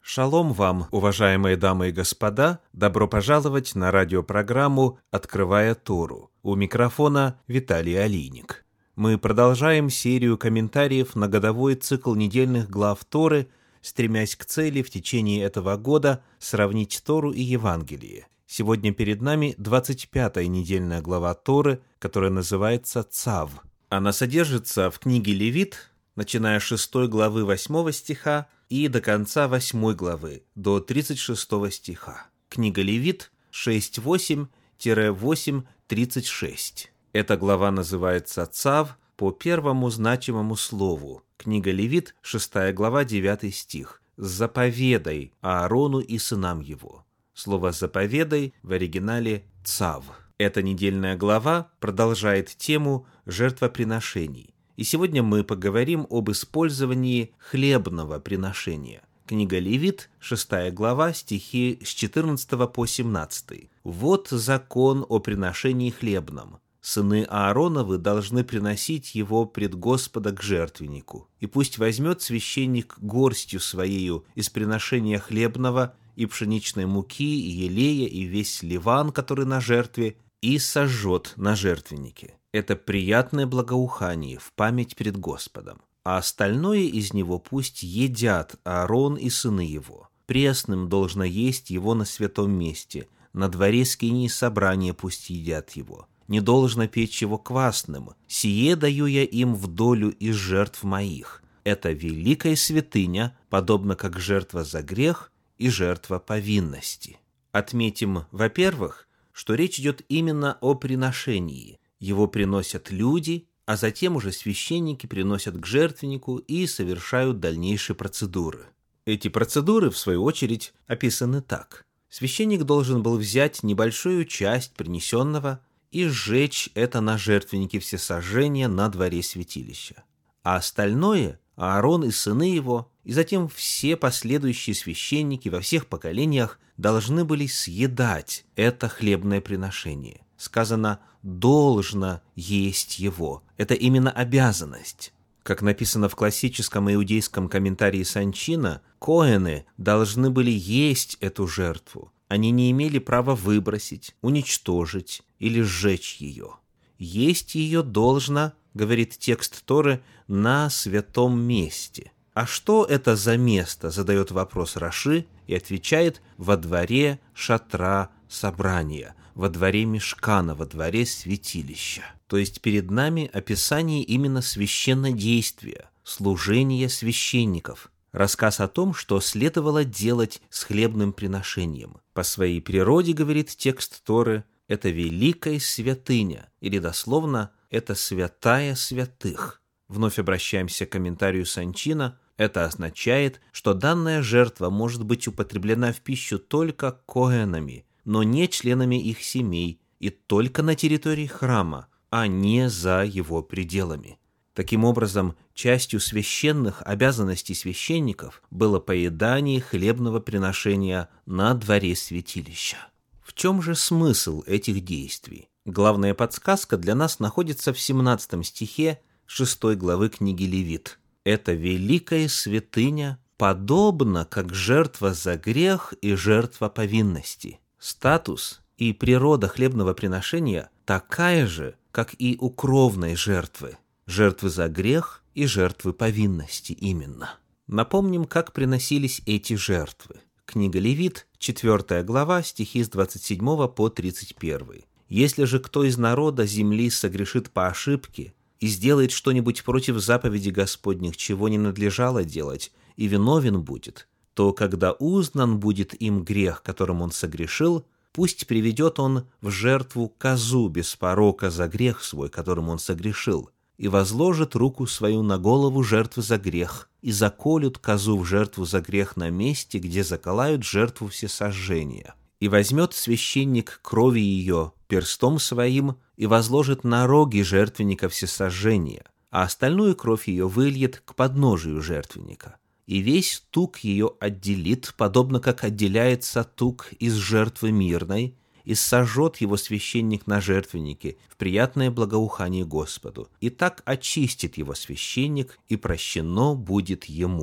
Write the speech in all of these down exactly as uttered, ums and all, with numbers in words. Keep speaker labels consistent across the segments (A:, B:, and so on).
A: Шалом вам, уважаемые дамы и господа! Добро пожаловать на радиопрограмму «Открывая Тору». У микрофона Виталий Алиник. Мы продолжаем серию комментариев на годовой цикл недельных глав Торы, стремясь к цели в течение этого года сравнить Тору и Евангелие. Сегодня перед нами двадцать пятая недельная глава Торы, которая называется «Цав». Она содержится в книге Левит, начиная с шестой главы восьмого стиха и до конца восьмой главы, до тридцать шестого стиха. Книга Левит шесть восемь восемь тридцать шесть. Эта глава называется «Цав» по первому значимому слову. Книга Левит, шестая глава, девятый стих. «Заповедай Аарону и сынам его». Слово «заповедай» в оригинале «цав». Эта недельная глава продолжает тему жертвоприношений. И сегодня мы поговорим об использовании хлебного приношения. Книга Левит, шестая глава, стихи с четырнадцатого по семнадцатый. «Вот закон о приношении хлебном. Сыны Аароновы должны приносить его пред Господа к жертвеннику. И пусть возьмет священник горстью своею из приношения хлебного и пшеничной муки, и елея, и весь ливан, который на жертве, и сожжет на жертвеннике. Это приятное благоухание в память пред Господом. А остальное из него пусть едят Аарон и сыны его. Пресным должно есть его на святом месте, на дворе скинии собрания пусть едят его. Не должно печь его квасным. Сие даю я им в долю из жертв моих. Это великая святыня, подобно как жертва за грех и жертва повинности». Отметим, во-первых, что речь идет именно о приношении. Его приносят люди, а затем уже священники приносят к жертвеннику и совершают дальнейшие процедуры. Эти процедуры, в свою очередь, описаны так. Священник должен был взять небольшую часть принесенного и сжечь это на жертвеннике всесожжения на дворе святилища. А остальное Аарон и сыны его, и затем все последующие священники во всех поколениях должны были съедать это хлебное приношение. Сказано «должно есть его». Это именно обязанность. Как написано в классическом иудейском комментарии Санчина, коэны должны были есть эту жертву. Они не имели права выбросить, уничтожить или сжечь ее. Есть ее должно, говорит текст Торы, на святом месте. А что это за место, задает вопрос Раши и отвечает: во дворе шатра собрания, во дворе мишкана, во дворе святилища. То есть перед нами описание именно священнодействия, служения священников. Рассказ о том, что следовало делать с хлебным приношением. По своей природе, говорит текст Торы, это великая святыня, или дословно, это святая святых. Вновь обращаемся к комментарию Санчина. Это означает, что данная жертва может быть употреблена в пищу только коэнами, но не членами их семей, и только на территории храма, а не за его пределами. Таким образом, частью священных обязанностей священников было поедание хлебного приношения на дворе святилища. В чем же смысл этих действий? Главная подсказка для нас находится в семнадцатом стихе шестой главы книги Левит. «Это великая святыня, подобно как жертва за грех и жертва повинности». Статус и природа хлебного приношения такая же, как и у кровной жертвы. Жертвы за грех и жертвы повинности именно. Напомним, как приносились эти жертвы. Книга Левит, четвёртая глава, стихи с двадцать седьмого по тридцать первый. «Если же кто из народа земли согрешит по ошибке и сделает что-нибудь против заповеди Господних, чего не надлежало делать, и виновен будет, то, когда узнан будет им грех, которым он согрешил, пусть приведет он в жертву козу без порока за грех свой, которым он согрешил, и возложит руку свою на голову жертвы за грех, и заколют козу в жертву за грех на месте, где заколают жертву всесожжения. И возьмет священник крови ее перстом своим и возложит на роги жертвенника всесожжения, а остальную кровь ее выльет к подножию жертвенника. И весь тук ее отделит, подобно как отделяется тук из жертвы мирной, и сожжет его священник на жертвеннике в приятное благоухание Господу, и так очистит его священник, и прощено будет ему».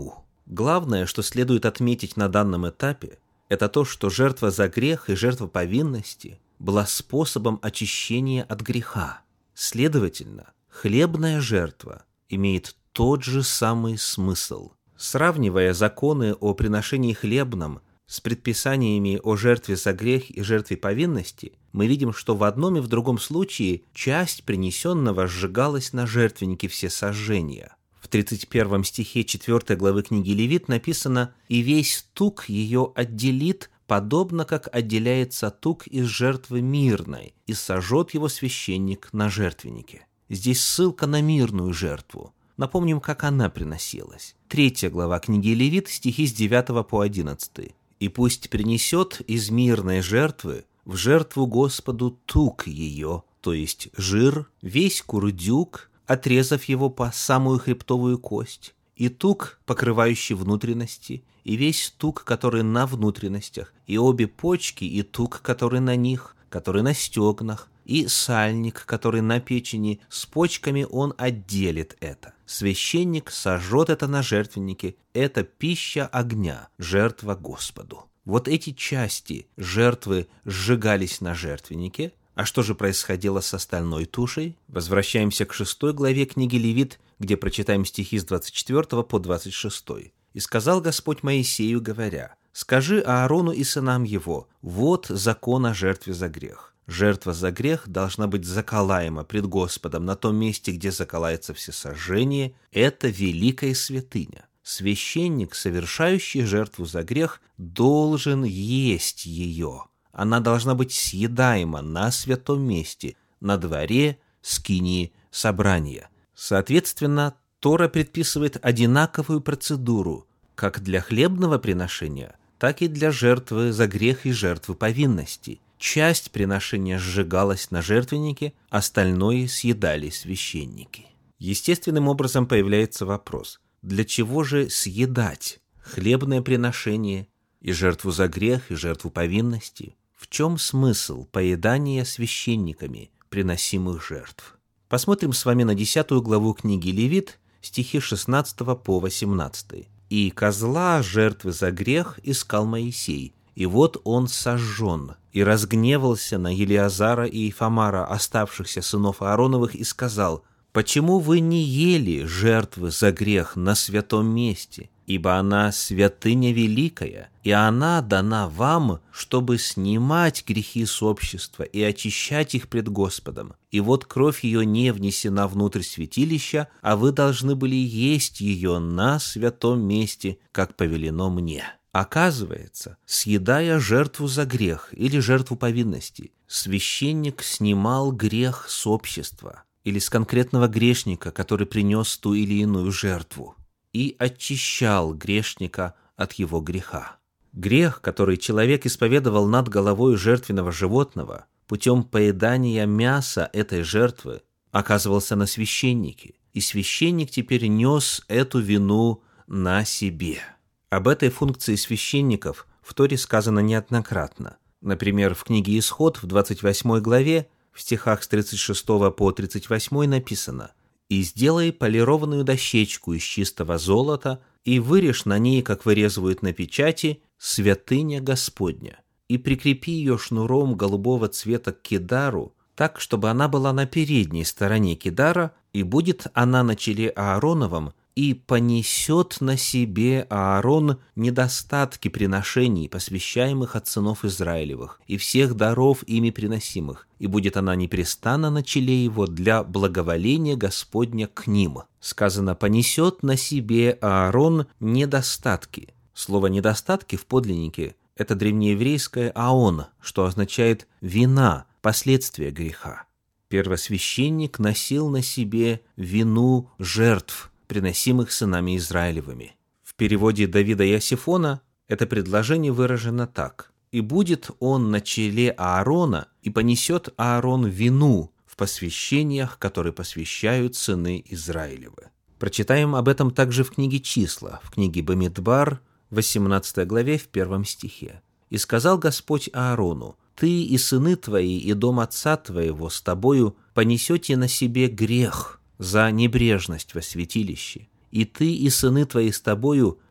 A: Главное, что следует отметить на данном этапе, это то, что жертва за грех и жертва повинности была способом очищения от греха. Следовательно, хлебная жертва имеет тот же самый смысл. Сравнивая законы о приношении хлебном с предписаниями о жертве за грех и жертве повинности, мы видим, что в одном и в другом случае часть принесенного сжигалась на жертвеннике всесожжения. В тридцать первом стихе четвёртой главы книги Левит написано: «И весь тук ее отделит, подобно как отделяется тук из жертвы мирной, и сожжет его священник на жертвеннике». Здесь ссылка на мирную жертву. Напомним, как она приносилась. Третья глава книги Левит, стихи с девятого по одиннадцатый. «И пусть принесет из мирной жертвы в жертву Господу тук ее, то есть жир, весь курдюк, отрезав его по самую хребтовую кость, и тук, покрывающий внутренности, и весь тук, который на внутренностях, и обе почки, и тук, который на них, который на стегнах, и сальник, который на печени, с почками он отделит это. Священник сожжет это на жертвеннике, это пища огня, жертва Господу». Вот эти части жертвы сжигались на жертвеннике. А что же происходило с остальной тушей? Возвращаемся к шестой главе книги Левит, где прочитаем стихи с двадцать четвёртого по двадцать шестой. «И сказал Господь Моисею, говоря: скажи Аарону и сынам его: вот закон о жертве за грех. Жертва за грех должна быть заколаема пред Господом на том месте, где заколается всесожжение. Это великая святыня. Священник, совершающий жертву за грех, должен есть ее. Она должна быть съедаема на святом месте, на дворе скинии собрания». Соответственно, Тора предписывает одинаковую процедуру как для хлебного приношения, так и для жертвы за грех и жертвы повинности. Часть приношения сжигалась на жертвеннике, остальное съедали священники. Естественным образом появляется вопрос: для чего же съедать хлебное приношение и жертву за грех и жертву повинности? В чем смысл поедания священниками приносимых жертв? Посмотрим с вами на десятую главу книги Левит, стихи шестнадцатого по восемнадцатый. «И козла жертвы за грех искал Моисей, и вот он сожжен, и разгневался на Елиазара и Ифамара, оставшихся сынов Аароновых, и сказал: почему вы не ели жертвы за грех на святом месте? Ибо она святыня великая, и она дана вам, чтобы снимать грехи с общества и очищать их пред Господом. И вот кровь ее не внесена внутрь святилища, а вы должны были есть ее на святом месте, как повелено мне». Оказывается, съедая жертву за грех или жертву повинности, священник снимал грех с общества или с конкретного грешника, который принес ту или иную жертву, и очищал грешника от его греха. Грех, который человек исповедовал над головой жертвенного животного, путем поедания мяса этой жертвы оказывался на священнике, и священник теперь нес эту вину на себе. Об этой функции священников в Торе сказано неоднократно. Например, в книге Исход в двадцать восьмой главе в стихах с тридцать шестого по тридцать восьмой написано: «И сделай полированную дощечку из чистого золота, и вырежь на ней, как вырезывают на печати, святыня Господня, и прикрепи ее шнуром голубого цвета к кидару, так, чтобы она была на передней стороне кидара, и будет она на челе Аароновом, и понесет на себе Аарон недостатки приношений, посвящаемых от сынов Израилевых, и всех даров ими приносимых, и будет она непрестанно на челе его для благоволения Господня к ним». Сказано: «понесет на себе Аарон недостатки». Слово «недостатки» в подлиннике – это древнееврейское «аон», что означает «вина», последствия греха. Первосвященник носил на себе вину жертв, приносимых сынами Израилевыми. В переводе Давида Иосифона это предложение выражено так: «И будет он на челе Аарона, и понесет Аарон вину в посвящениях, которые посвящают сыны Израилевы». Прочитаем об этом также в книге Числа, в книге Бамидбар, восемнадцатой главе, в первом стихе. «И сказал Господь Аарону: ты и сыны твои, и дом отца твоего с тобою понесете на себе грех за небрежность во святилище, и ты и сыны твои с тобою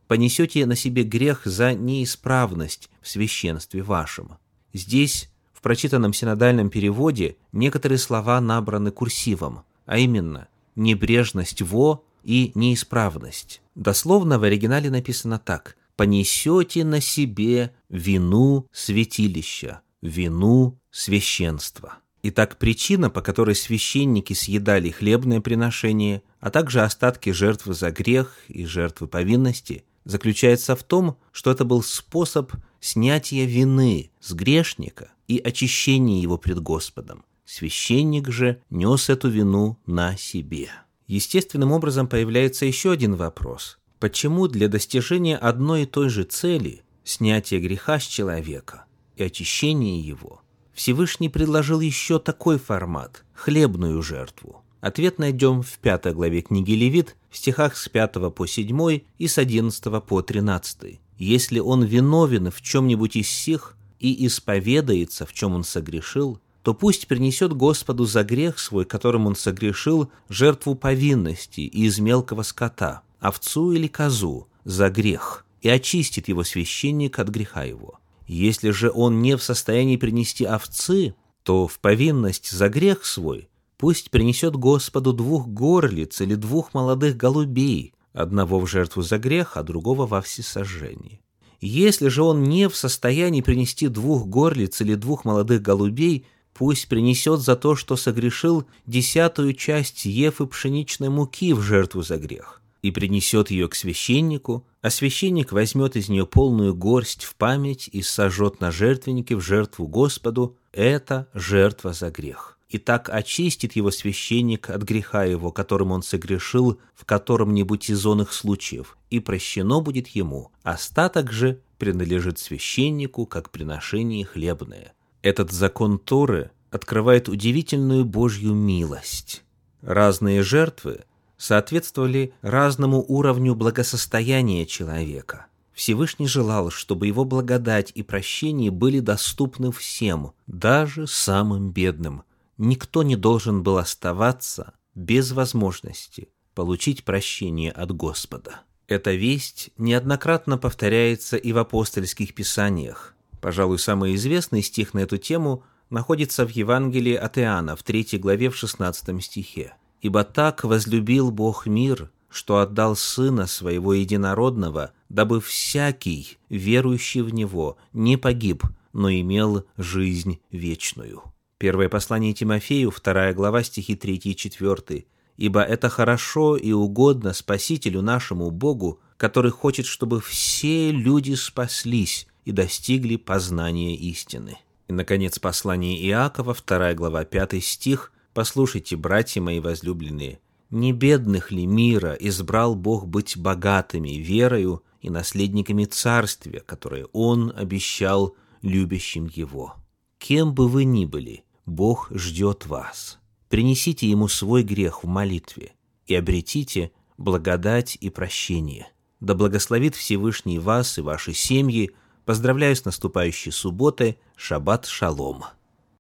A: понесете на себе грех за неисправность в священстве вашем». Здесь, в прочитанном синодальном переводе, некоторые слова набраны курсивом, а именно «небрежность во» и «неисправность». Дословно в оригинале написано так: «понесете на себе вину святилища, вину священства». Итак, причина, по которой священники съедали хлебное приношение, а также остатки жертвы за грех и жертвы повинности, заключается в том, что это был способ снятия вины с грешника и очищения его пред Господом. Священник же нес эту вину на себе. Естественным образом появляется еще один вопрос. Почему для достижения одной и той же цели, снятия греха с человека и очищения его, Всевышний предложил еще такой формат – хлебную жертву? Ответ найдем в пятой главе книги Левит, в стихах с пятого по седьмой и с одиннадцатого по тринадцатый. «Если он виновен в чем-нибудь из сих и исповедается, в чем он согрешил, то пусть принесет Господу за грех свой, которым он согрешил, жертву повинности из мелкого скота, овцу или козу, за грех, и очистит его священник от греха его. Если же он не в состоянии принести овцы, то в повинность за грех свой пусть принесет Господу двух горлиц или двух молодых голубей, одного в жертву за грех, а другого во всесожжение. Если же он не в состоянии принести двух горлиц или двух молодых голубей, пусть принесет за то, что согрешил, десятую часть ефы пшеничной муки в жертву за грех, и принесет ее к священнику, а священник возьмет из нее полную горсть в память и сожжет на жертвеннике в жертву Господу. Это жертва за грех. И так очистит его священник от греха его, которым он согрешил в котором-нибудь из онных случаев, и прощено будет ему. Остаток же принадлежит священнику, как приношение хлебное». Этот закон Торы открывает удивительную Божью милость. Разные жертвы соответствовали разному уровню благосостояния человека. Всевышний желал, чтобы его благодать и прощение были доступны всем, даже самым бедным. Никто не должен был оставаться без возможности получить прощение от Господа. Эта весть неоднократно повторяется и в апостольских писаниях. Пожалуй, самый известный стих на эту тему находится в Евангелии от Иоанна в третьей главе в шестнадцатом стихе. «Ибо так возлюбил Бог мир, что отдал Сына Своего Единородного, дабы всякий, верующий в Него, не погиб, но имел жизнь вечную». Первое послание Тимофею, вторая глава, стихи третий и четвёртый. «Ибо это хорошо и угодно Спасителю нашему Богу, который хочет, чтобы все люди спаслись и достигли познания истины». И, наконец, послание Иакова, вторая глава, пятый стих. «Послушайте, братья мои возлюбленные, не бедных ли мира избрал Бог быть богатыми верою и наследниками царствия, которое Он обещал любящим Его? Кем бы вы ни были, Бог ждет вас. Принесите Ему свой грех в молитве и обретите благодать и прощение. Да благословит Всевышний вас и ваши семьи. Поздравляю с наступающей субботой. Шаббат шалом».